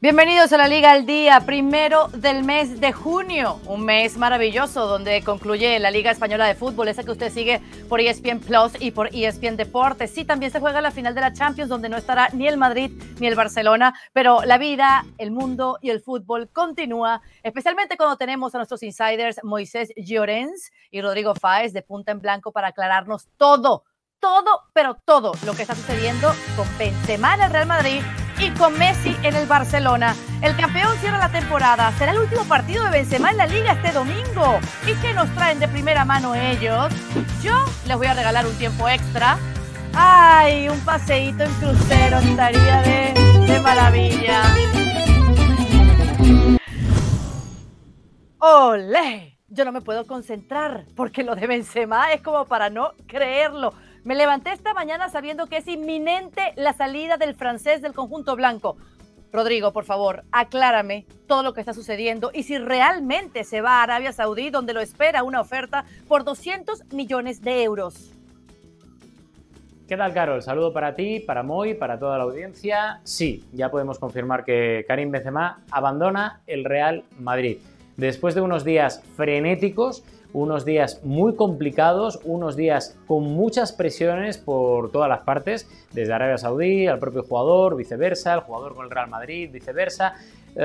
Bienvenidos a la Liga al Día, primero del mes de junio, un mes maravilloso donde concluye la Liga Española de Fútbol, esa que usted sigue por ESPN Plus y por ESPN Deportes. Sí, también se juega la final de la Champions, donde no estará ni el Madrid ni el Barcelona, pero la vida, el mundo y el fútbol continúa, especialmente cuando tenemos a nuestros insiders Moisés Llorens y Rodrigo Fáez de Punta en Blanco para aclararnos todo, pero todo lo que está sucediendo con Benzema en el Real Madrid y con Messi en el Barcelona. El campeón cierra la temporada. ¿Será el último partido de Benzema en la Liga este domingo? ¿Y qué nos traen de primera mano ellos? Yo les voy a regalar un tiempo extra. ¡Ay! Un paseíto en crucero estaría de maravilla. ¡Olé! Yo no me puedo concentrar porque lo de Benzema es como para no creerlo. Me levanté esta mañana sabiendo que es inminente la salida del francés del conjunto blanco. Rodrigo, por favor, aclárame todo lo que está sucediendo y si realmente se va a Arabia Saudí, donde lo espera una oferta por 200 millones de euros. ¿Qué tal, Carol? Saludo para ti, para Moy, para toda la audiencia. Sí, ya podemos confirmar que Karim Benzema abandona el Real Madrid. Después de unos días frenéticos, unos días muy complicados, unos días con muchas presiones por todas las partes, desde Arabia Saudí al propio jugador, viceversa, el jugador con el Real Madrid, viceversa,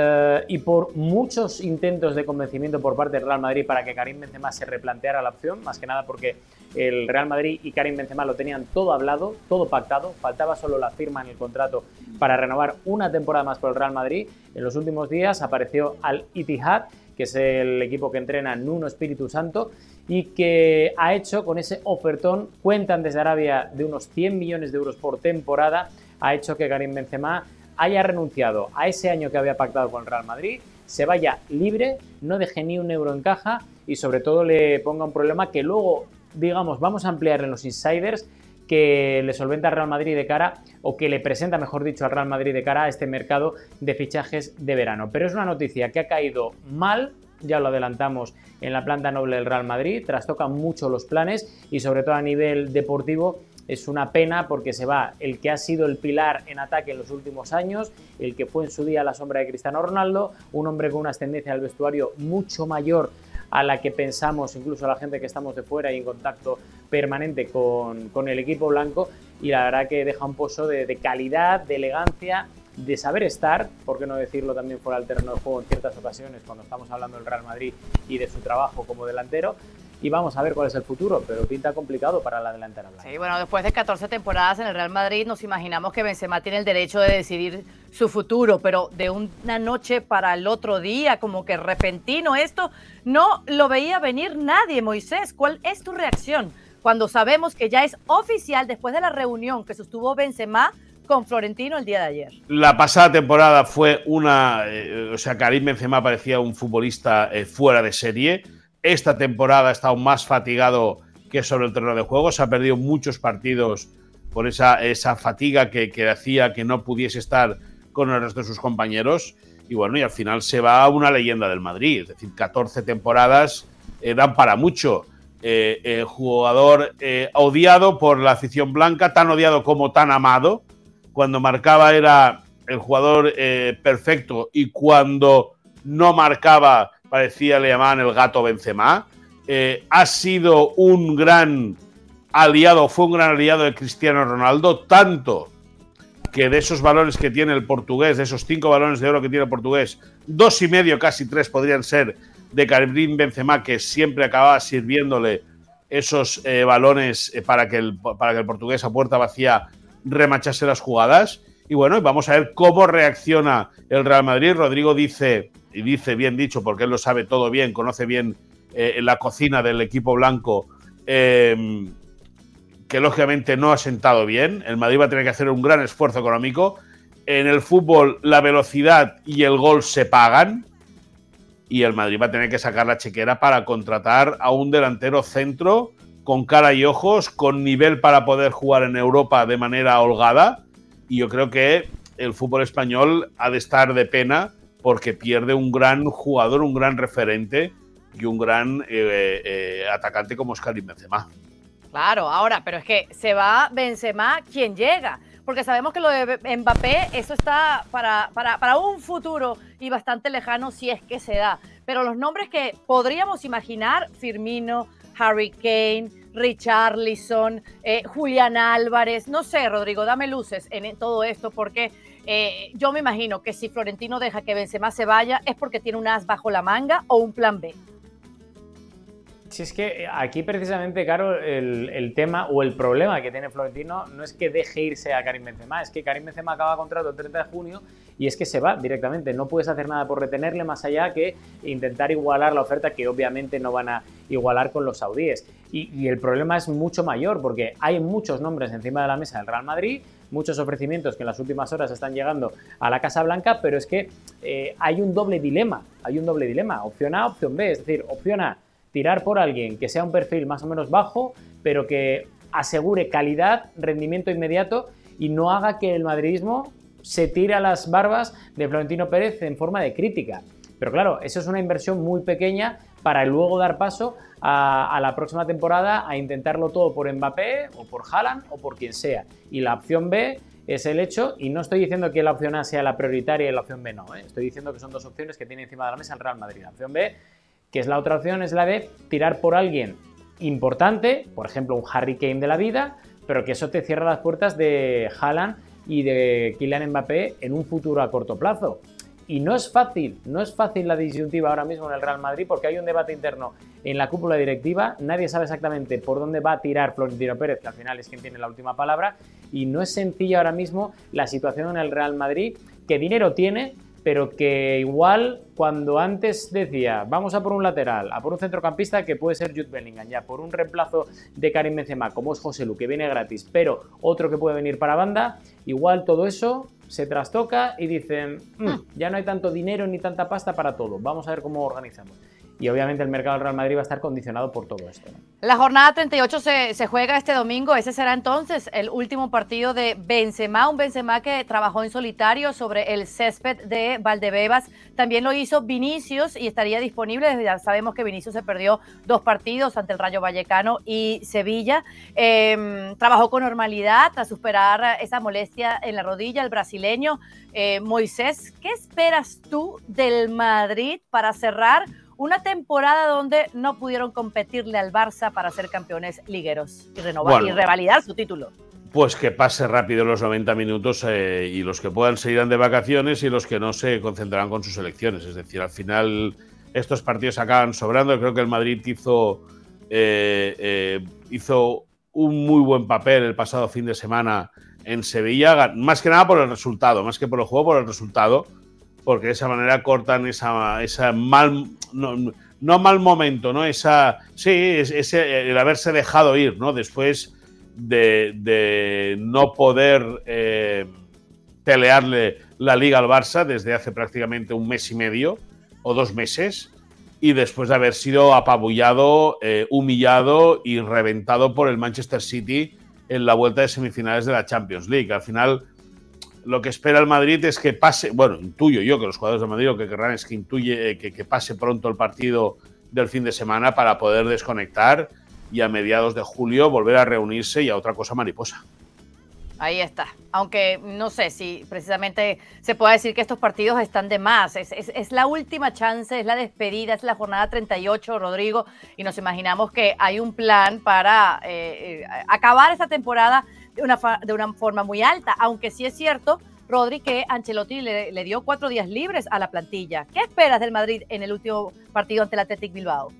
y por muchos intentos de convencimiento por parte del Real Madrid para que Karim Benzema se replanteara la opción, más que nada porque el Real Madrid y Karim Benzema lo tenían todo hablado, todo pactado, faltaba solo la firma en el contrato para renovar una temporada más por el Real Madrid. En los últimos días apareció Al Ittihad, que es el equipo que entrena Nuno Espíritu Santo y que ha hecho con ese ofertón, cuentan desde Arabia, de unos 100 millones de euros por temporada, ha hecho que Karim Benzema haya renunciado a ese año que había pactado con el Real Madrid, se vaya libre, no deje ni un euro en caja y sobre todo le ponga un problema que luego, digamos, vamos a ampliar en los insiders, que le solventa al Real Madrid de cara, o que le presenta, mejor dicho, al Real Madrid de cara a este mercado de fichajes de verano. Pero es una noticia que ha caído mal, ya lo adelantamos en la planta noble del Real Madrid, trastoca mucho los planes y sobre todo a nivel deportivo es una pena porque se va el que ha sido el pilar en ataque en los últimos años, el que fue en su día la sombra de Cristiano Ronaldo, un hombre con una ascendencia al vestuario mucho mayor a la que pensamos incluso la gente que estamos de fuera y en contacto permanente con el equipo blanco, y la verdad que deja un pozo de calidad, de elegancia, de saber estar, por qué no decirlo también fuera del terreno de juego en ciertas ocasiones cuando estamos hablando del Real Madrid y de su trabajo como delantero. Y vamos a ver cuál es el futuro, pero pinta complicado para la delantera blanca. Sí, bueno, después de 14 temporadas en el Real Madrid nos imaginamos que Benzema tiene el derecho de decidir su futuro, pero de una noche para el otro día, como que repentino esto, no lo veía venir nadie. Moisés, ¿cuál es tu reacción cuando sabemos que ya es oficial después de la reunión que sostuvo Benzema con Florentino el día de ayer? La pasada temporada fue Karim Benzema parecía un futbolista fuera de serie. Esta temporada ha estado más fatigado que sobre el terreno de juego. Se ha perdido muchos partidos por esa fatiga que hacía que no pudiese estar con el resto de sus compañeros. Y bueno, y al final se va a una leyenda del Madrid. Es decir, 14 temporadas dan para mucho. Jugador odiado por la afición blanca, tan odiado como tan amado. Cuando marcaba era el jugador perfecto y cuando no marcaba parecía, le llamaban el gato Benzema. Ha sido un gran aliado, fue un gran aliado de Cristiano Ronaldo, tanto que de esos valores que tiene el portugués, de esos 5 balones de oro que tiene el portugués, 2,5, casi 3 podrían ser de Karim Benzema, que siempre acababa sirviéndole esos balones para que el portugués a puerta vacía remachase las jugadas. Y bueno, vamos a ver cómo reacciona el Real Madrid. Rodrigo dice, y dice bien dicho, porque él lo sabe todo bien, conoce bien la cocina del equipo blanco, que lógicamente no ha sentado bien. El Madrid va a tener que hacer un gran esfuerzo económico. En el fútbol la velocidad y el gol se pagan y el Madrid va a tener que sacar la chequera para contratar a un delantero centro con cara y ojos, con nivel para poder jugar en Europa de manera holgada. Y yo creo que el fútbol español ha de estar de pena porque pierde un gran jugador, un gran referente y un gran atacante como es Karim Benzema. Claro, ahora, pero es que se va Benzema, ¿quién llega? porque sabemos que lo de Mbappé, eso está para un futuro y bastante lejano si es que se da. Pero los nombres que podríamos imaginar, Firmino, Harry Kane, Richarlison, Julián Álvarez, no sé, Rodrigo, dame luces en todo esto, porque yo me imagino que si Florentino deja que Benzema se vaya es porque tiene un as bajo la manga o un plan B. Si es que aquí precisamente, Caro, el tema o el problema que tiene Florentino no es que deje irse a Karim Benzema, es que Karim Benzema acaba contrato el 30 de junio y es que se va directamente. No puedes hacer nada por retenerle más allá que intentar igualar la oferta, que obviamente no van a igualar con los saudíes. Y el problema es mucho mayor porque hay muchos nombres encima de la mesa del Real Madrid, muchos ofrecimientos que en las últimas horas están llegando a la Casa Blanca, pero es que hay un doble dilema, opción A, opción B, es decir, opción A, tirar por alguien que sea un perfil más o menos bajo, pero que asegure calidad, rendimiento inmediato y no haga que el madridismo se tire a las barbas de Florentino Pérez en forma de crítica. Pero claro, eso es una inversión muy pequeña para luego dar paso a la próxima temporada a intentarlo todo por Mbappé o por Haaland o por quien sea. Y la opción B es el hecho, y no estoy diciendo que la opción A sea la prioritaria y la opción B no, estoy diciendo que son dos opciones que tiene encima de la mesa el Real Madrid. La opción B, que es la otra opción, es la de tirar por alguien importante, por ejemplo un Harry Kane de la vida, pero que eso te cierra las puertas de Haaland y de Kylian Mbappé en un futuro a corto plazo. Y no es fácil la disyuntiva ahora mismo en el Real Madrid porque hay un debate interno en la cúpula directiva, nadie sabe exactamente por dónde va a tirar Florentino Pérez, que al final es quien tiene la última palabra, y no es sencilla ahora mismo la situación en el Real Madrid, que dinero tiene, pero que igual cuando antes decía vamos a por un lateral, a por un centrocampista que puede ser Jude Bellingham, ya por un reemplazo de Karim Benzema como es Joselu, que viene gratis, pero otro que puede venir para banda, igual todo eso se trastoca y dicen ya no hay tanto dinero ni tanta pasta para todo, vamos a ver cómo organizamos. Y obviamente el mercado del Real Madrid va a estar condicionado por todo esto, ¿no? La jornada 38 se juega este domingo. Ese será entonces el último partido de Benzema, un Benzema que trabajó en solitario sobre el césped de Valdebebas. También lo hizo Vinicius y estaría disponible. Ya sabemos que Vinicius se perdió 2 partidos ante el Rayo Vallecano y Sevilla. Trabajó con normalidad tras superar esa molestia en la rodilla, el brasileño. Moisés, ¿qué esperas tú del Madrid para cerrar una temporada donde no pudieron competirle al Barça para ser campeones ligueros y renovar y revalidar su título? Pues que pase rápido los 90 minutos y los que puedan se irán de vacaciones y los que no se concentrarán con sus selecciones. Es decir, al final estos partidos acaban sobrando. Creo que el Madrid hizo un muy buen papel el pasado fin de semana en Sevilla, más que nada por el resultado, más que por el juego, por el resultado, porque de esa manera cortan esa mal, no mal momento, ¿no? El haberse dejado ir, ¿no? Después de no poder pelearle la Liga al Barça desde hace prácticamente un mes y medio o 2 meses, y después de haber sido apabullado, humillado y reventado por el Manchester City en la vuelta de semifinales de la Champions League. Al final, lo que espera el Madrid es que pase, bueno, intuyo yo que los jugadores del Madrid lo que querrán es que pase pronto el partido del fin de semana para poder desconectar y a mediados de julio volver a reunirse y a otra cosa mariposa. Ahí está. Aunque no sé si precisamente se puede decir que estos partidos están de más. Es la última chance, es la despedida, es la jornada 38, Rodrigo, y nos imaginamos que hay un plan para acabar esta temporada de una forma muy alta, aunque sí es cierto, Rodri, que Ancelotti le dio 4 días libres a la plantilla. ¿Qué esperas del Madrid en el último partido ante el Athletic Bilbao?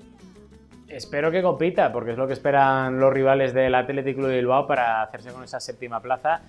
Espero que compita, porque es lo que esperan los rivales del Athletic Club de Bilbao para hacerse con esa 7ª plaza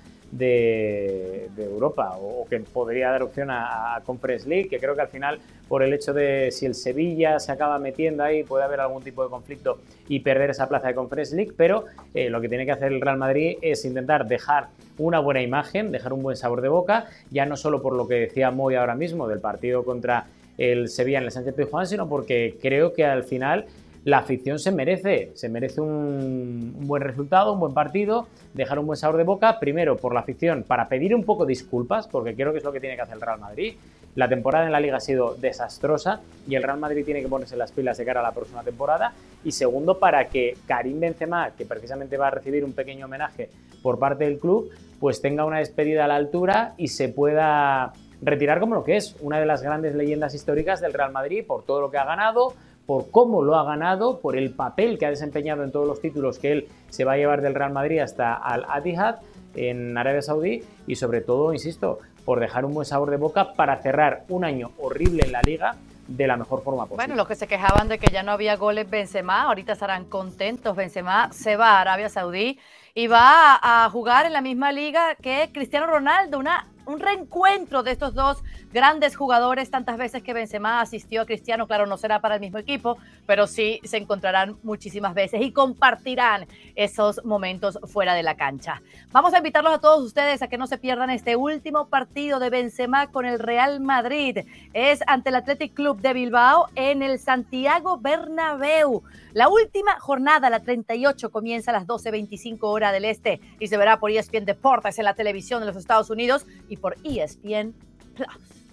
de Europa, o que podría dar opción a Conference League, que creo que al final, por el hecho de si el Sevilla se acaba metiendo ahí, puede haber algún tipo de conflicto y perder esa plaza de Conference League, pero lo que tiene que hacer el Real Madrid es intentar dejar una buena imagen, dejar un buen sabor de boca, ya no solo por lo que decía Moy ahora mismo del partido contra el Sevilla en el Sánchez-Pizjuán, sino porque creo que al final la afición se merece un buen resultado, un buen partido, dejar un buen sabor de boca, primero por la afición, para pedir un poco disculpas, porque creo que es lo que tiene que hacer el Real Madrid. La temporada en la Liga ha sido desastrosa y el Real Madrid tiene que ponerse las pilas de cara a la próxima temporada. Y segundo, para que Karim Benzema, que precisamente va a recibir un pequeño homenaje por parte del club, pues tenga una despedida a la altura y se pueda retirar como lo que es una de las grandes leyendas históricas del Real Madrid, por todo lo que ha ganado, por cómo lo ha ganado, por el papel que ha desempeñado en todos los títulos que él se va a llevar del Real Madrid hasta Al-Ittihad en Arabia Saudí y sobre todo, insisto, por dejar un buen sabor de boca para cerrar un año horrible en la Liga de la mejor forma posible. Bueno, los que se quejaban de que ya no había goles Benzema, ahorita estarán contentos. Benzema se va a Arabia Saudí y va a jugar en la misma liga que Cristiano Ronaldo, un reencuentro de estos dos grandes jugadores. Tantas veces que Benzema asistió a Cristiano, claro, no será para el mismo equipo, pero sí se encontrarán muchísimas veces y compartirán esos momentos fuera de la cancha. Vamos a invitarlos a todos ustedes a que no se pierdan este último partido de Benzema con el Real Madrid. Es ante el Athletic Club de Bilbao en el Santiago Bernabéu. La última jornada, la 38, comienza a las 12:25 hora del este y se verá por ESPN Deportes en la televisión de los Estados Unidos y por ESPN Plus.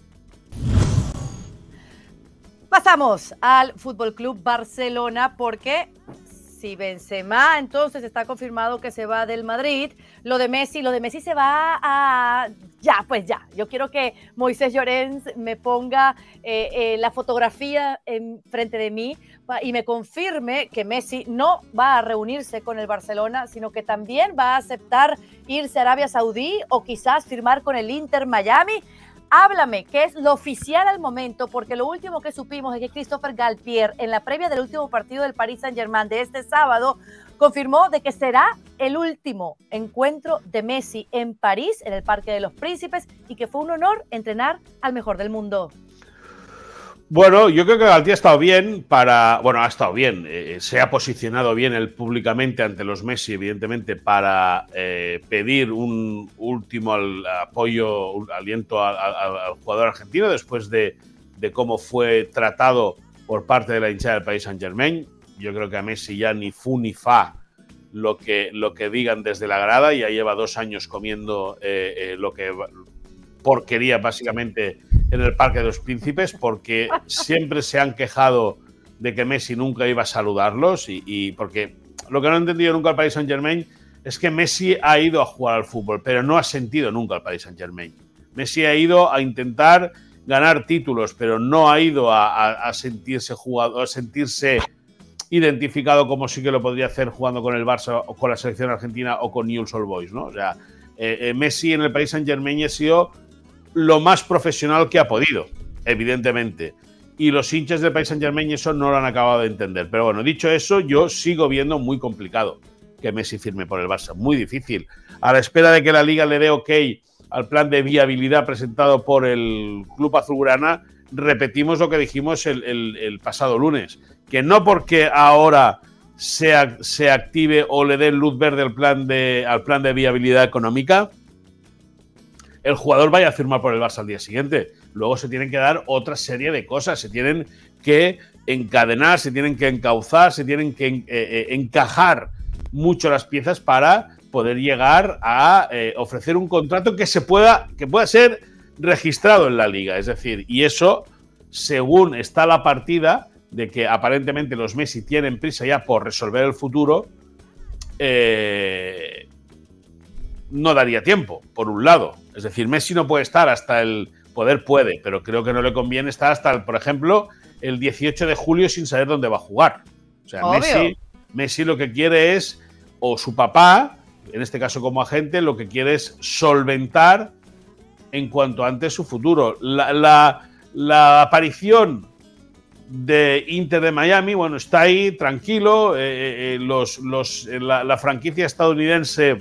Pasamos al Fútbol Club Barcelona porque si Benzema entonces está confirmado que se va del Madrid, lo de Messi se va a... Ya, pues ya. Yo quiero que Moisés Llorens me ponga la fotografía enfrente de mí y me confirme que Messi no va a reunirse con el Barcelona, sino que también va a aceptar irse a Arabia Saudí o quizás firmar con el Inter Miami. Háblame, ¿qué es lo oficial al momento? Porque lo último que supimos es que Christopher Galtier, en la previa del último partido del Paris Saint-Germain de este sábado, confirmó de que será el último encuentro de Messi en París, en el Parque de los Príncipes, y que fue un honor entrenar al mejor del mundo. Bueno, yo creo que Galtier ha estado bien ha estado bien, se ha posicionado bien él públicamente ante los Messi, evidentemente, para pedir un último apoyo, un aliento al jugador argentino después de cómo fue tratado por parte de la hinchada del Paris Saint-Germain. Yo creo que a Messi ya ni fu ni fa lo que digan desde la grada, ya lleva 2 años comiendo lo que porquería básicamente en el Parque de los Príncipes, porque siempre se han quejado de que Messi nunca iba a saludarlos y porque lo que no ha entendido nunca el Paris Saint-Germain es que Messi ha ido a jugar al fútbol, pero no ha sentido nunca el Paris Saint-Germain. Messi ha ido a intentar ganar títulos, pero no ha ido a sentirse jugador, a sentirse identificado como sí que lo podría hacer jugando con el Barça o con la selección argentina o con Newell's Old Boys, ¿no? O sea, Messi en el Paris Saint-Germain ha sido lo más profesional que ha podido, evidentemente. Y los hinchas del Paris Saint-Germain eso no lo han acabado de entender. Pero bueno, dicho eso, yo sigo viendo muy complicado que Messi firme por el Barça. Muy difícil. A la espera de que la Liga le dé ok al plan de viabilidad presentado por el Club Azulgrana, repetimos lo que dijimos el pasado lunes. Que no porque ahora se active o le den luz verde al plan de viabilidad económica, el jugador vaya a firmar por el Barça al día siguiente. Luego se tienen que dar otra serie de cosas, se tienen que encadenar, se tienen que encauzar, se tienen que encajar mucho las piezas para poder llegar a ofrecer un contrato que pueda ser registrado en la liga. Es decir, y eso, según está la partida de que aparentemente los Messi tienen prisa ya por resolver el futuro, no daría tiempo, por un lado. Es decir, Messi no puede estar hasta puede, pero creo que no le conviene estar hasta, por ejemplo, el 18 de julio sin saber dónde va a jugar. O sea, Messi lo que quiere es, o su papá, en este caso como agente, lo que quiere es solventar en cuanto antes su futuro. La aparición de Inter de Miami, bueno, está ahí, tranquilo. La franquicia estadounidense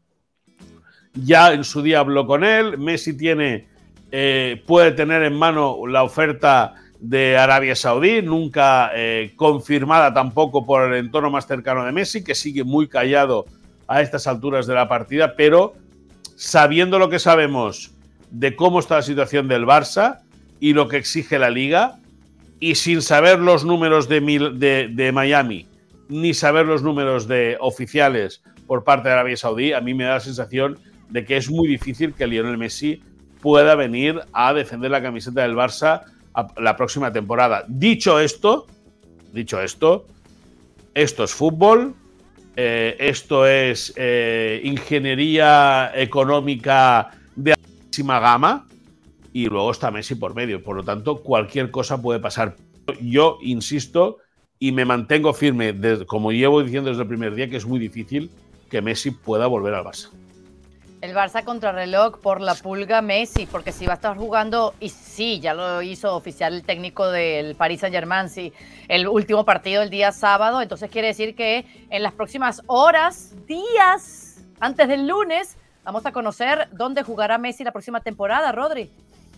ya en su día habló con él. Messi puede tener en mano la oferta de Arabia Saudí, nunca confirmada tampoco por el entorno más cercano de Messi, que sigue muy callado a estas alturas de la partida, pero sabiendo lo que sabemos de cómo está la situación del Barça y lo que exige la Liga, y sin saber los números de Miami, ni saber los números oficiales por parte de Arabia Saudí, a mí me da la sensación de que es muy difícil que Lionel Messi pueda venir a defender la camiseta del Barça la próxima temporada. Dicho esto, esto es fútbol, esto es ingeniería económica de altísima gama, y luego está Messi por medio. Por lo tanto, cualquier cosa puede pasar. Yo insisto y me mantengo firme, como llevo diciendo desde el primer día, que es muy difícil que Messi pueda volver al Barça. El Barça contrarreloj por la pulga Messi, porque si va a estar jugando, y sí, ya lo hizo oficial el técnico del Paris Saint-Germain, sí, el último partido el día sábado, entonces quiere decir que en las próximas horas, días, antes del lunes, vamos a conocer dónde jugará Messi la próxima temporada, Rodri.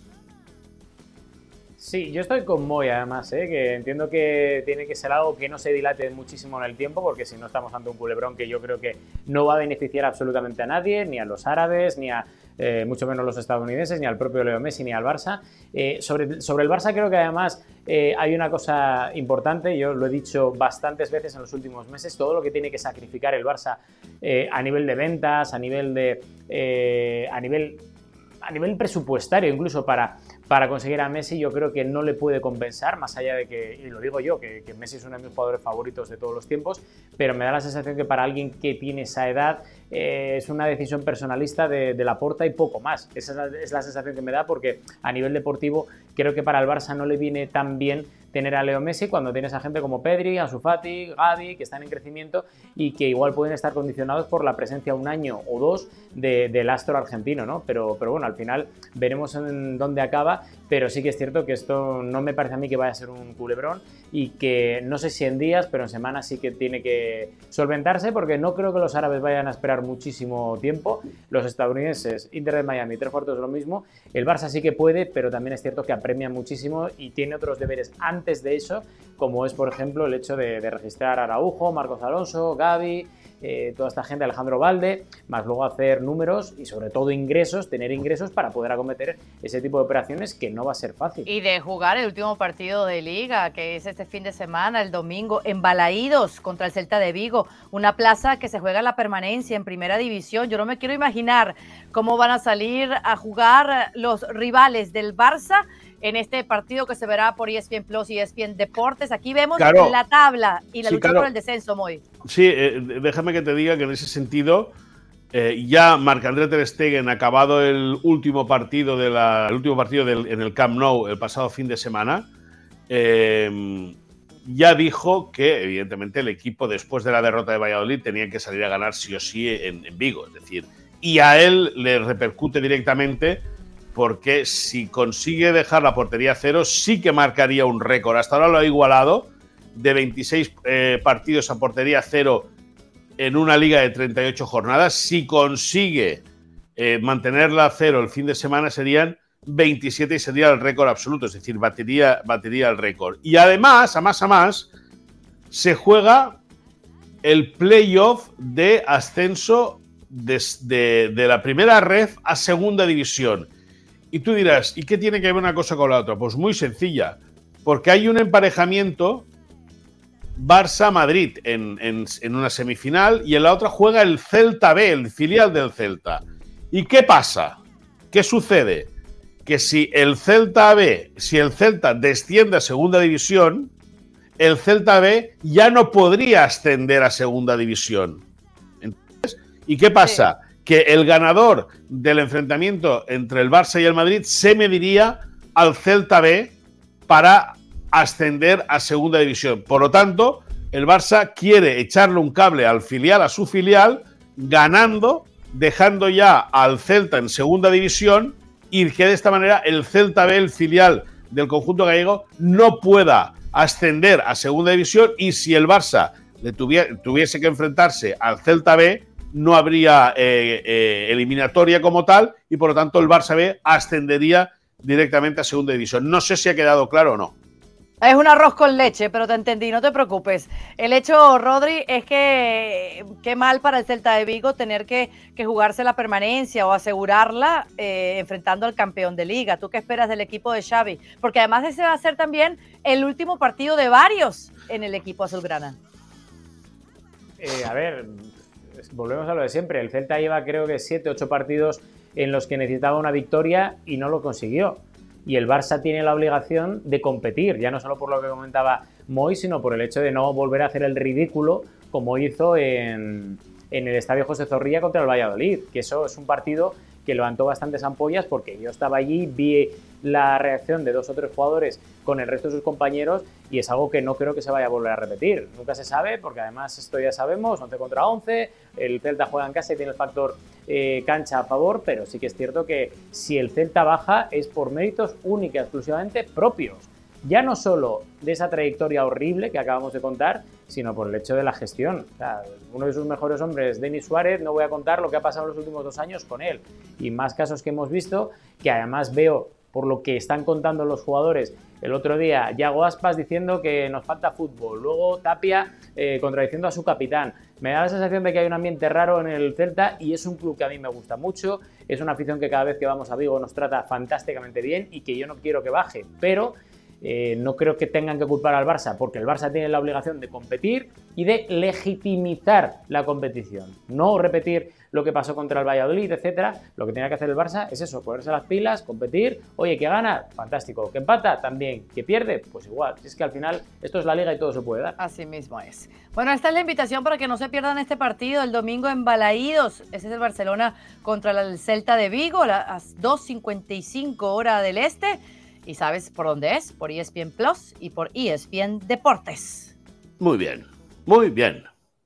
Sí, yo estoy con Moy además, que entiendo que tiene que ser algo que no se dilate muchísimo en el tiempo, porque si no estamos ante un culebrón que yo creo que no va a beneficiar absolutamente a nadie, ni a los árabes, ni a mucho menos los estadounidenses, ni al propio Leo Messi, ni al Barça. Sobre el Barça creo que además hay una cosa importante, yo lo he dicho bastantes veces en los últimos meses, todo lo que tiene que sacrificar el Barça a nivel de ventas, a nivel presupuestario, incluso para conseguir a Messi, yo creo que no le puede compensar, más allá de que, y lo digo yo, que Messi es uno de mis jugadores favoritos de todos los tiempos, pero me da la sensación que para alguien que tiene esa edad es una decisión personalista de Laporta y poco más. Esa es la sensación que me da, porque a nivel deportivo creo que para el Barça no le viene tan bien tener a Leo Messi cuando tienes a gente como Pedri, Ansu Fati, Gavi, que están en crecimiento y que igual pueden estar condicionados por la presencia un año o dos del astro argentino, ¿no? Pero bueno, al final veremos en dónde acaba, pero sí que es cierto que esto no me parece a mí que vaya a ser un culebrón y que no sé si en días, pero en semanas sí que tiene que solventarse, porque no creo que los árabes vayan a esperar muchísimo tiempo. Los estadounidenses, Inter de Miami, 3/4 es lo mismo. El Barça sí que puede, pero también es cierto que apremia muchísimo y tiene otros deberes antes de eso, como es, por ejemplo, el hecho de registrar a Araujo, Marcos Alonso, Gavi, toda esta gente, Alejandro Valde, más luego hacer números y sobre todo ingresos, tener ingresos para poder acometer ese tipo de operaciones, que no va a ser fácil. Y de jugar el último partido de Liga, que es este fin de semana, el domingo, en Balaídos contra el Celta de Vigo, una plaza que se juega la permanencia en Primera División. Yo no me quiero imaginar cómo van a salir a jugar los rivales del Barça en este partido que se verá por ESPN Plus y ESPN Deportes. Aquí vemos la tabla y la lucha por el descenso, Moy. Sí, déjame que te diga que en ese sentido ya Marc-André ter Stegen, acabado el último partido en el Camp Nou el pasado fin de semana, ya dijo que evidentemente el equipo, después de la derrota de Valladolid, tenía que salir a ganar sí o sí en Vigo. Es decir, y a él le repercute directamente, porque si consigue dejar la portería a cero, sí que marcaría un récord. Hasta ahora lo ha igualado, de 26 partidos a portería cero en una liga de 38 jornadas. Si consigue mantenerla a cero el fin de semana, serían 27 y sería el récord absoluto, es decir, batería el récord. Y además, a más, se juega el playoff de ascenso de la primera ref a segunda división. Y tú dirás, ¿y qué tiene que ver una cosa con la otra? Pues muy sencilla, porque hay un emparejamiento Barça-Madrid en una semifinal, y en la otra juega el Celta B, el filial del Celta. ¿Y qué pasa? ¿Qué sucede? Que si el Celta desciende a segunda división, el Celta B ya no podría ascender a segunda división. ¿Entonces? ¿Y qué pasa? Sí. Que el ganador del enfrentamiento entre el Barça y el Madrid se mediría al Celta B para ascender a segunda división. Por lo tanto, el Barça quiere echarle un cable al filial, a su filial, ganando, dejando ya al Celta en segunda división, y que de esta manera el Celta B, el filial del conjunto gallego, no pueda ascender a segunda división, y si el Barça tuviese que enfrentarse al Celta B, no habría eliminatoria como tal, y por lo tanto el Barça B ascendería directamente a segunda división. No sé si ha quedado claro o no. Es un arroz con leche, pero te entendí, no te preocupes. El hecho, Rodri, es que qué mal para el Celta de Vigo tener que jugarse la permanencia o asegurarla enfrentando al campeón de Liga. ¿Tú qué esperas del equipo de Xavi? Porque además ese va a ser también el último partido de varios en el equipo azulgrana. A ver, volvemos a lo de siempre. El Celta lleva creo que 7-8 partidos en los que necesitaba una victoria y no lo consiguió. y el Barça tiene la obligación de competir, ya no solo por lo que comentaba Moy, sino por el hecho de no volver a hacer el ridículo como hizo en el Estadio José Zorrilla contra el Valladolid, que eso es un partido que levantó bastantes ampollas porque yo estaba allí, vi la reacción de 2 o 3 jugadores con el resto de sus compañeros y es algo que no creo que se vaya a volver a repetir. Nunca se sabe, porque además esto ya sabemos, 11 contra 11, el Celta juega en casa y tiene el factor cancha a favor, pero sí que es cierto que si el Celta baja es por méritos única y exclusivamente propios. Ya no solo de esa trayectoria horrible que acabamos de contar, sino por el hecho de la gestión. O sea, uno de sus mejores hombres, Denis Suárez, no voy a contar lo que ha pasado en los últimos 2 años con él. Y más casos que hemos visto, que además veo, por lo que están contando los jugadores, el otro día Yago Aspas diciendo que nos falta fútbol, luego Tapia contradiciendo a su capitán. Me da la sensación de que hay un ambiente raro en el Celta y es un club que a mí me gusta mucho, es una afición que cada vez que vamos a Vigo nos trata fantásticamente bien y que yo no quiero que baje, pero no creo que tengan que culpar al Barça, porque el Barça tiene la obligación de competir y de legitimizar la competición, no repetir lo que pasó contra el Valladolid, etcétera. Lo que tiene que hacer el Barça es eso, ponerse las pilas, competir. Oye, que gana, fantástico, que empata, también, que pierde, pues igual. Es que al final esto es la liga y todo se puede dar. Así mismo es. Bueno, esta es la invitación para que no se pierdan este partido el domingo en Balaídos. Ese es el Barcelona contra el Celta de Vigo a las 2:55 hora del este. ¿Y sabes por dónde es? Por ESPN Plus y por ESPN Deportes. Muy bien, muy bien.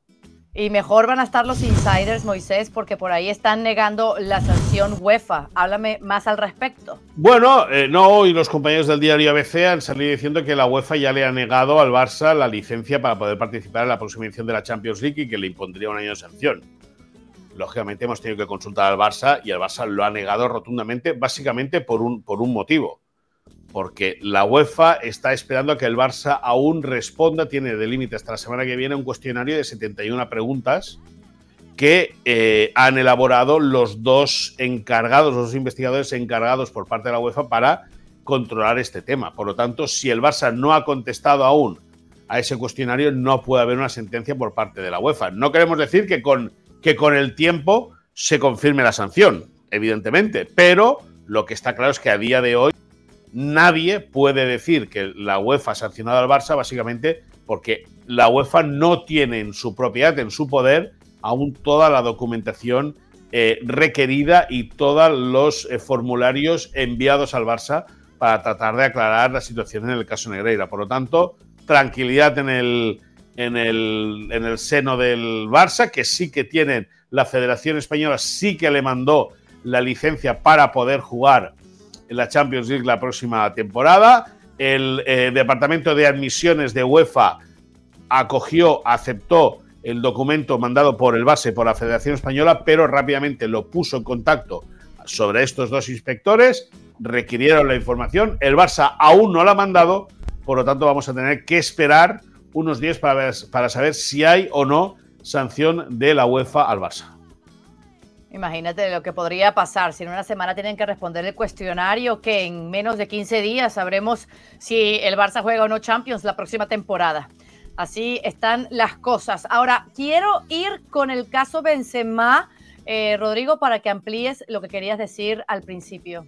Y mejor van a estar los insiders, Moisés, porque por ahí están negando la sanción UEFA. Háblame más al respecto. Bueno, no, hoy los compañeros del diario ABC han salido diciendo que la UEFA ya le ha negado al Barça la licencia para poder participar en la próxima edición de la Champions League y que le impondría un año de sanción. Lógicamente hemos tenido que consultar al Barça y el Barça lo ha negado rotundamente, básicamente por un motivo. Porque la UEFA está esperando a que el Barça aún responda, tiene de límite hasta la semana que viene un cuestionario de 71 preguntas que han elaborado los 2 investigadores encargados por parte de la UEFA para controlar este tema. Por lo tanto, si el Barça no ha contestado aún a ese cuestionario, no puede haber una sentencia por parte de la UEFA. No queremos decir que con el tiempo se confirme la sanción, evidentemente, pero lo que está claro es que a día de hoy nadie puede decir que la UEFA ha sancionado al Barça básicamente porque la UEFA no tiene en su propiedad, en su poder, aún toda la documentación requerida y todos los formularios enviados al Barça para tratar de aclarar la situación en el caso Negreira. Por lo tanto, tranquilidad en el seno del Barça, que sí que tienen, la Federación Española sí que le mandó la licencia para poder jugar en la Champions League la próxima temporada. El Departamento de Admisiones de UEFA aceptó el documento mandado por el Barça y por la Federación Española, pero rápidamente lo puso en contacto sobre estos 2 inspectores, requirieron la información, el Barça aún no la ha mandado, por lo tanto vamos a tener que esperar unos días para saber si hay o no sanción de la UEFA al Barça. Imagínate lo que podría pasar si en una semana tienen que responder el cuestionario, que en menos de 15 días sabremos si el Barça juega o no Champions la próxima temporada. Así están las cosas. Ahora, quiero ir con el caso Benzema, Rodrigo, para que amplíes lo que querías decir al principio.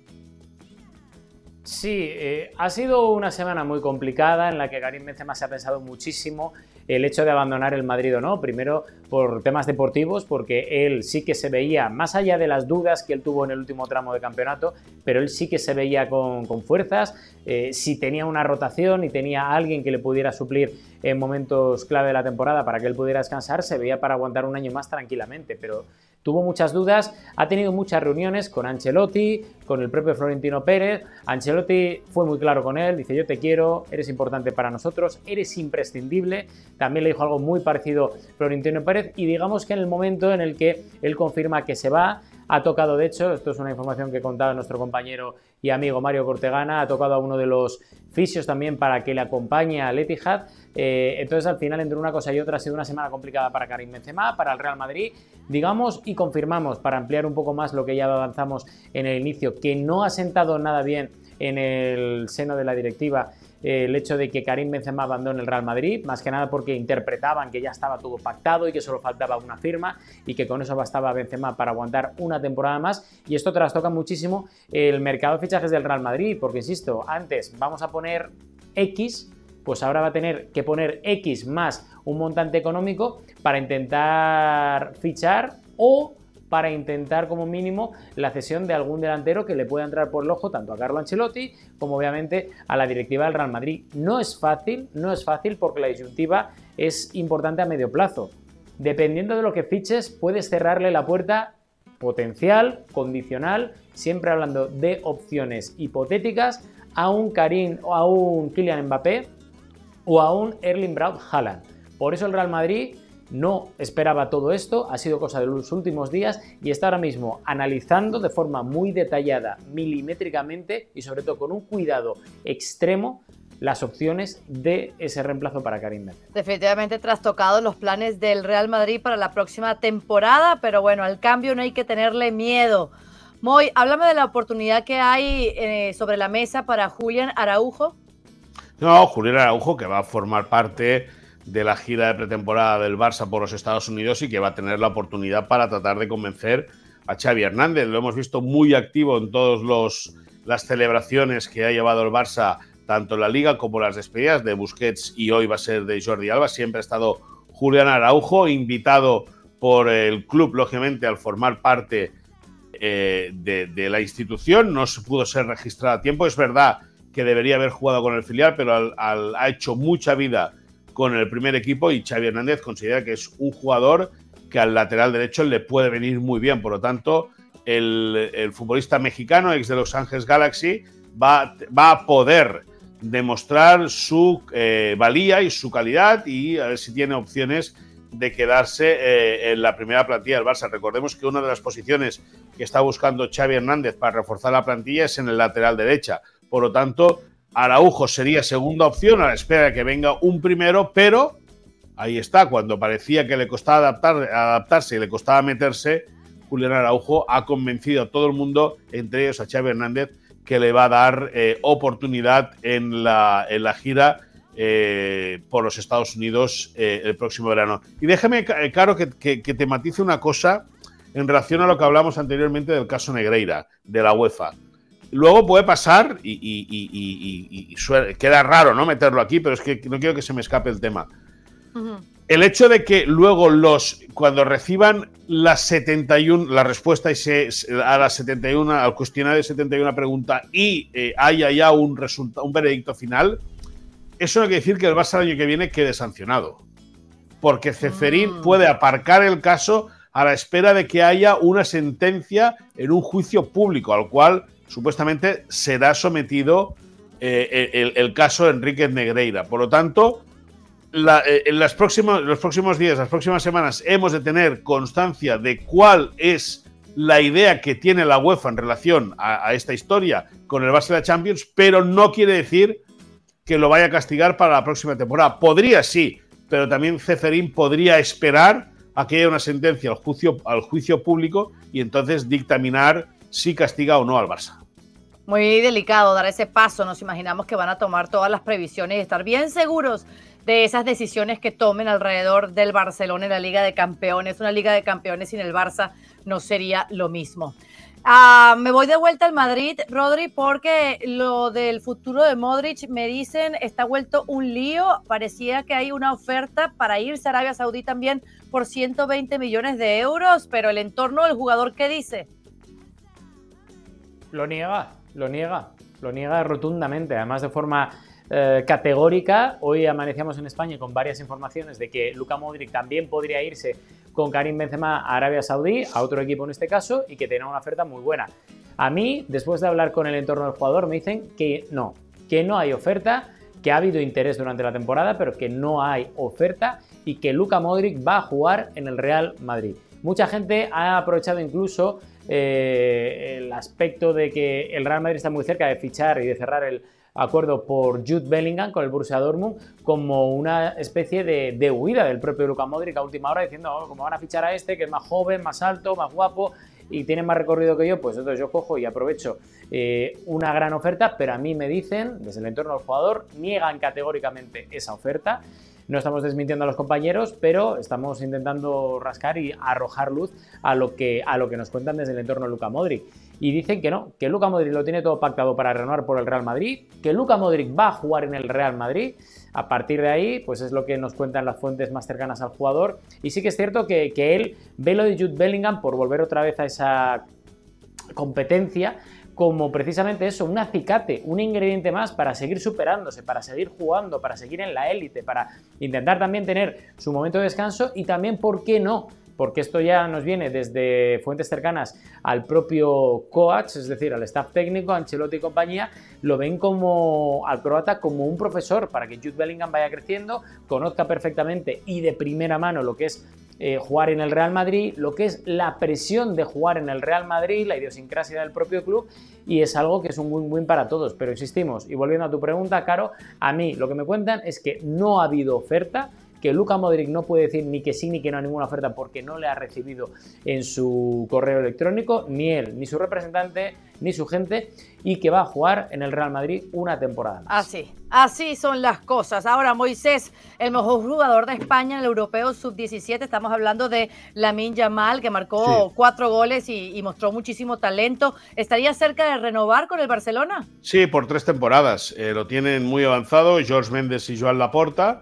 Sí, ha sido una semana muy complicada en la que Karim Benzema se ha pensado muchísimo el hecho de abandonar el Madrid o no. Primero por temas deportivos, porque él sí que se veía, más allá de las dudas que él tuvo en el último tramo de campeonato, pero él sí que se veía con fuerzas, si tenía una rotación y tenía alguien que le pudiera suplir en momentos clave de la temporada para que él pudiera descansar, se veía para aguantar un año más tranquilamente, pero tuvo muchas dudas, ha tenido muchas reuniones con Ancelotti, con el propio Florentino Pérez. Ancelotti fue muy claro con él, dice: yo te quiero, eres importante para nosotros, eres imprescindible. También le dijo algo muy parecido Florentino Pérez, y digamos que en el momento en el que él confirma que se va, ha tocado, de hecho, esto es una información que contaba nuestro compañero y amigo Mario Cortegana, ha tocado a uno de los fisios también para que le acompañe al Etihad. Entonces, al final, entre una cosa y otra, ha sido una semana complicada para Karim Benzema, para el Real Madrid, digamos, y confirmamos, para ampliar un poco más lo que ya avanzamos en el inicio, que no ha sentado nada bien en el seno de la directiva el hecho de que Karim Benzema abandone el Real Madrid, más que nada porque interpretaban que ya estaba todo pactado y que solo faltaba una firma y que con eso bastaba a Benzema para aguantar una temporada más, y esto trastoca muchísimo el mercado de fichajes del Real Madrid, porque insisto, antes vamos a poner X, pues ahora va a tener que poner X más un montante económico para intentar fichar o para intentar como mínimo la cesión de algún delantero que le pueda entrar por el ojo tanto a Carlo Ancelotti como obviamente a la directiva del Real Madrid. No es fácil porque la disyuntiva es importante a medio plazo. Dependiendo de lo que fiches, puedes cerrarle la puerta potencial, condicional, siempre hablando de opciones hipotéticas, a un Karim o a un Kylian Mbappé o a un Erling Braut Haaland. Por eso el Real Madrid no esperaba todo esto, ha sido cosa de los últimos días y está ahora mismo analizando de forma muy detallada, milimétricamente y sobre todo con un cuidado extremo las opciones de ese reemplazo para Karim Benzema. Definitivamente trastocados los planes del Real Madrid para la próxima temporada, pero bueno, al cambio no hay que tenerle miedo. Moy, háblame de la oportunidad que hay sobre la mesa para Julián Araujo. No, Julián Araujo, que va a formar parte de la gira de pretemporada del Barça por los Estados Unidos y que va a tener la oportunidad para tratar de convencer a Xavi Hernández. Lo hemos visto muy activo en todas las celebraciones que ha llevado el Barça, tanto en la Liga como las despedidas de Busquets, y hoy va a ser de Jordi Alba. Siempre ha estado Julián Araujo, invitado por el club, lógicamente, al formar parte de la institución. No se pudo ser registrado a tiempo. Es verdad que debería haber jugado con el filial, pero ha hecho mucha vida con el primer equipo y Xavi Hernández considera que es un jugador que al lateral derecho le puede venir muy bien. Por lo tanto, el futbolista mexicano, ex de Los Ángeles Galaxy, va a poder demostrar su valía y su calidad y a ver si tiene opciones de quedarse en la primera plantilla del Barça. Recordemos que una de las posiciones que está buscando Xavi Hernández para reforzar la plantilla es en el lateral derecha. Por lo tanto, Araujo sería segunda opción a la espera de que venga un primero, pero ahí está, cuando parecía que le costaba adaptarse y le costaba meterse, Julián Araujo ha convencido a todo el mundo, entre ellos a Xavi Hernández, que le va a dar oportunidad en la gira por los Estados Unidos el próximo verano. Y déjame, Caro, que te matice una cosa en relación a lo que hablamos anteriormente del caso Negreira, de la UEFA. Luego puede pasar, y queda raro no meterlo aquí, pero es que no quiero que se me escape el tema. Uh-huh. El hecho de que luego cuando reciban las 71, la respuesta a las 71, al cuestionario de 71 preguntas y haya ya un veredicto final, eso no quiere decir que el Barça el año que viene quede sancionado. Porque Ceferín puede aparcar el caso a la espera de que haya una sentencia en un juicio público, al cual supuestamente será sometido el caso de Enríquez Negreira. Por lo tanto, en los próximos días, las próximas semanas, hemos de tener constancia de cuál es la idea que tiene la UEFA en relación a esta historia con el Barça de la Champions, pero no quiere decir que lo vaya a castigar para la próxima temporada. Podría sí, pero también Ceferín podría esperar a que haya una sentencia al juicio público y entonces dictaminar si castiga o no al Barça. Muy delicado dar ese paso. Nos imaginamos que van a tomar todas las previsiones y estar bien seguros de esas decisiones que tomen alrededor del Barcelona en la Liga de Campeones. Una Liga de Campeones sin el Barça no sería lo mismo. Me voy de vuelta al Madrid, Rodri, porque lo del futuro de Modric, me dicen, está vuelto un lío. Parecía que hay una oferta para irse a Arabia Saudí también por 120 millones de euros, pero el entorno del jugador, ¿qué dice? Lo niega rotundamente, además de forma categórica. Hoy amanecíamos en España con varias informaciones de que Luka Modric también podría irse con Karim Benzema a Arabia Saudí, a otro equipo en este caso, y que tenía una oferta muy buena. A mí, después de hablar con el entorno del jugador, me dicen que no hay oferta, que ha habido interés durante la temporada, pero que no hay oferta y que Luka Modric va a jugar en el Real Madrid. Mucha gente ha aprovechado incluso el aspecto de que el Real Madrid está muy cerca de fichar y de cerrar el acuerdo por Jude Bellingham con el Borussia Dortmund como una especie de huida del propio Luka Modric a última hora, diciendo como van a fichar a este que es más joven, más alto, más guapo y tienen más recorrido que yo, pues entonces yo cojo y aprovecho una gran oferta, pero a mí me dicen, desde el entorno del jugador, niegan categóricamente esa oferta. No estamos desmintiendo a los compañeros, pero estamos intentando rascar y arrojar luz a lo que nos cuentan desde el entorno de Luka Modric. Y dicen que no, que Luka Modric lo tiene todo pactado para renovar por el Real Madrid, que Luka Modric va a jugar en el Real Madrid. A partir de ahí, pues es lo que nos cuentan las fuentes más cercanas al jugador. Y sí que es cierto que él ve lo de Jude Bellingham, por volver otra vez a esa competencia, como precisamente eso, un acicate, un ingrediente más para seguir superándose, para seguir jugando, para seguir en la élite, para intentar también tener su momento de descanso y también, ¿por qué no? Porque esto ya nos viene desde fuentes cercanas al propio coach, es decir, al staff técnico, Ancelotti y compañía, lo ven como al croata como un profesor para que Jude Bellingham vaya creciendo, conozca perfectamente y de primera mano lo que es jugar en el Real Madrid, lo que es la presión de jugar en el Real Madrid, la idiosincrasia del propio club, y es algo que es un win-win para todos. Pero insistimos, y volviendo a tu pregunta, Caro, a mí lo que me cuentan es que no ha habido oferta, que Luka Modric no puede decir ni que sí ni que no a ninguna oferta porque no le ha recibido en su correo electrónico, ni él, ni su representante, ni su gente, y que va a jugar en el Real Madrid una temporada más. Así son las cosas. Ahora, Moisés, el mejor jugador de España en el Europeo Sub-17, estamos hablando de Lamine Yamal, que marcó 4 goles y mostró muchísimo talento. ¿Estaría cerca de renovar con el Barcelona? Sí, por 3 temporadas. Lo tienen muy avanzado, George Mendes y Joan Laporta.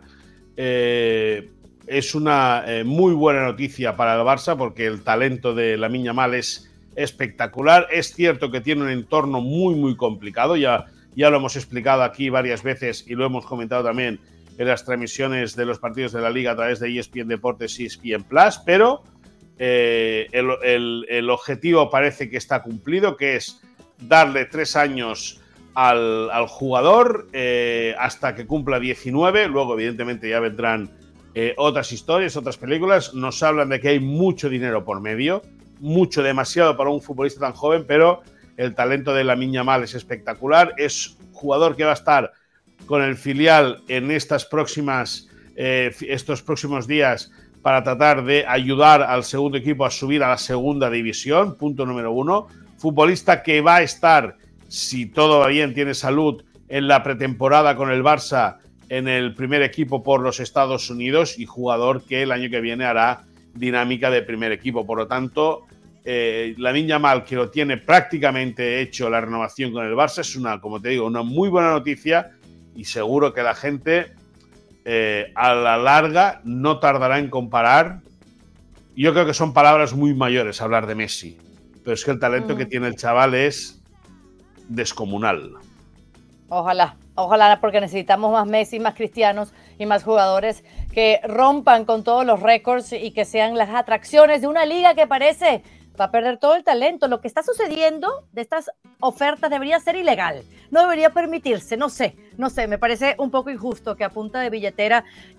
Es una muy buena noticia para el Barça porque el talento de Lamine Yamal es espectacular. Es cierto que tiene un entorno muy complicado, ya lo hemos explicado aquí varias veces y lo hemos comentado también en las transmisiones de los partidos de la Liga a través de ESPN Deportes y ESPN Plus, pero el objetivo parece que está cumplido, que es darle 3 años al jugador hasta que cumpla 19. Luego, evidentemente, ya vendrán otras historias, otras películas. Nos hablan de que hay mucho dinero por medio, demasiado para un futbolista tan joven, pero el talento de Lamine Yamal es espectacular. Es jugador que va a estar con el filial en estos próximos días para tratar de ayudar al segundo equipo a subir a la segunda división, punto número 1. Futbolista que va a estar, si todo va bien, tiene salud, en la pretemporada con el Barça en el primer equipo por los Estados Unidos y jugador que el año que viene hará dinámica de primer equipo. Por lo tanto, Lamine Yamal, que lo tiene prácticamente hecho la renovación con el Barça, es como te digo, una muy buena noticia y seguro que la gente a la larga no tardará en comparar. Yo creo que son palabras muy mayores hablar de Messi, pero es que el talento que tiene el chaval es descomunal. Ojalá, porque necesitamos más Messi, más cristianos y más jugadores que rompan con todos los récords y que sean las atracciones de una liga que parece va a perder todo el talento. Lo que está sucediendo de estas ofertas debería ser ilegal, no debería permitirse, no sé, me parece un poco injusto que a punta de billetera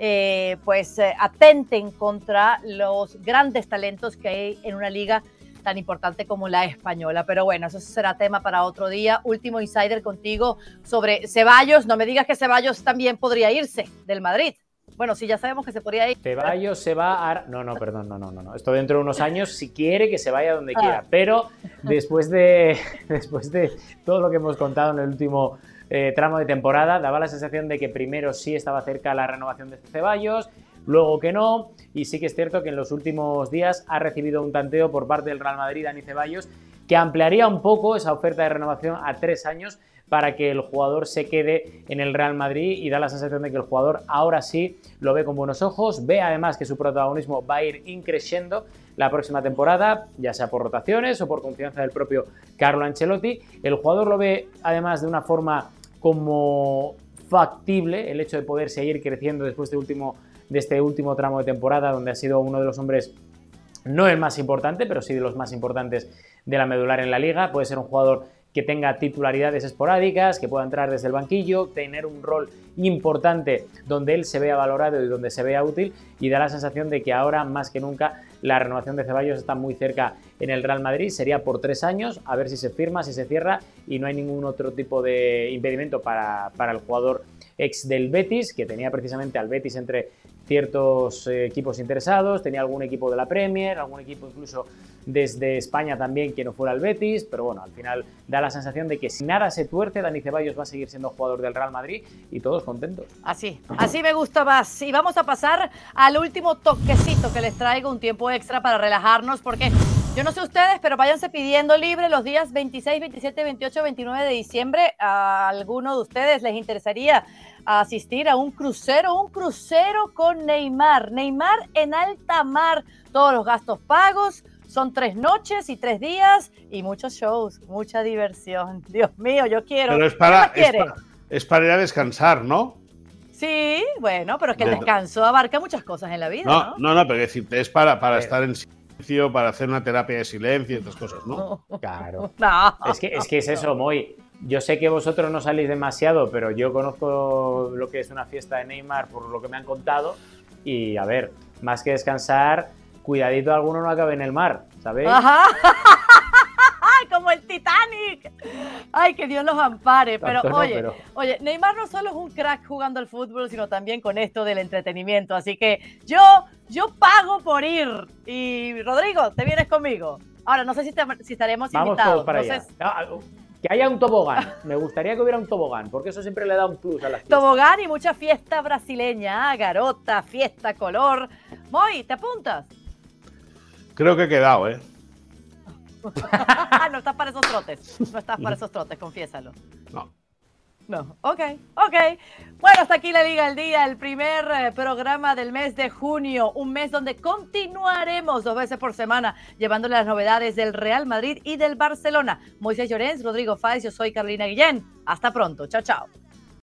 atenten contra los grandes talentos que hay en una liga tan importante como la española. Pero bueno, eso será tema para otro día. Último insider contigo sobre Ceballos. No me digas que Ceballos también podría irse del Madrid. Bueno, sí, ya sabemos que se podría ir. Ceballos se va a... No, esto dentro de unos años, si quiere, que se vaya donde quiera. Pero después de todo lo que hemos contado en el último tramo de temporada, daba la sensación de que primero sí estaba cerca la renovación de Ceballos, luego que no, y sí que es cierto que en los últimos días ha recibido un tanteo por parte del Real Madrid, Dani Ceballos, que ampliaría un poco esa oferta de renovación a 3 años para que el jugador se quede en el Real Madrid, y da la sensación de que el jugador ahora sí lo ve con buenos ojos, ve además que su protagonismo va a ir increciendo la próxima temporada, ya sea por rotaciones o por confianza del propio Carlo Ancelotti. El jugador lo ve además de una forma como factible, el hecho de poder seguir creciendo después de este último tramo de temporada, donde ha sido uno de los hombres, no el más importante, pero sí de los más importantes de la medular en la liga. Puede ser un jugador que tenga titularidades esporádicas, que pueda entrar desde el banquillo, tener un rol importante donde él se vea valorado y donde se vea útil, y da la sensación de que ahora más que nunca la renovación de Ceballos está muy cerca en el Real Madrid. Sería por 3 años, a ver si se firma, si se cierra, y no hay ningún otro tipo de impedimento para el jugador ex del Betis, que tenía precisamente al Betis entre ciertos equipos interesados, tenía algún equipo de la Premier, algún equipo incluso desde España también que no fuera el Betis, pero bueno, al final da la sensación de que si nada se tuerce, Dani Ceballos va a seguir siendo jugador del Real Madrid y todos contentos. Así me gusta más. Y vamos a pasar al último toquecito que les traigo, un tiempo extra para relajarnos, porque yo no sé ustedes, pero váyanse pidiendo libre los días 26, 27, 28, 29 de diciembre. ¿A alguno de ustedes les interesaría asistir a un crucero con Neymar? Neymar en alta mar, todos los gastos pagos. Son 3 noches y 3 días y muchos shows, mucha diversión. Dios mío, yo quiero. Pero es para ir a descansar, ¿no? Sí, bueno, pero es que el descanso abarca muchas cosas en la vida, ¿no? No, pero decirte, es para estar en silencio, para hacer una terapia de silencio y otras cosas, ¿no? Claro. No. Es que es eso, Moy. Yo sé que vosotros no salís demasiado, pero yo conozco lo que es una fiesta de Neymar por lo que me han contado. Y a ver, más que descansar, cuidadito alguno no acabe en el mar, ¿sabéis? Ajá. Como el Titanic. Ay, que Dios los ampare. Pero, oye, Neymar no solo es un crack jugando al fútbol, sino también con esto del entretenimiento. Así que yo pago por ir. Y Rodrigo, ¿te vienes conmigo? Ahora, no sé si estaremos Vamos invitados. todos para allá. Que haya un tobogán. Me gustaría que hubiera un tobogán, porque eso siempre le da un plus a las fiestas. Tobogán y mucha fiesta brasileña, garota, fiesta, color. Moy, ¿te apuntas? Creo que he quedado, ¿eh? No estás para esos trotes. No estás para esos trotes, confiésalo. No. Ok. Bueno, hasta aquí la Liga al Día, el primer programa del mes de junio. Un mes donde continuaremos 2 veces por semana llevándole las novedades del Real Madrid y del Barcelona. Moisés Llorens, Rodrigo Fáez, yo soy Carolina Guillén. Hasta pronto. Chao, chao.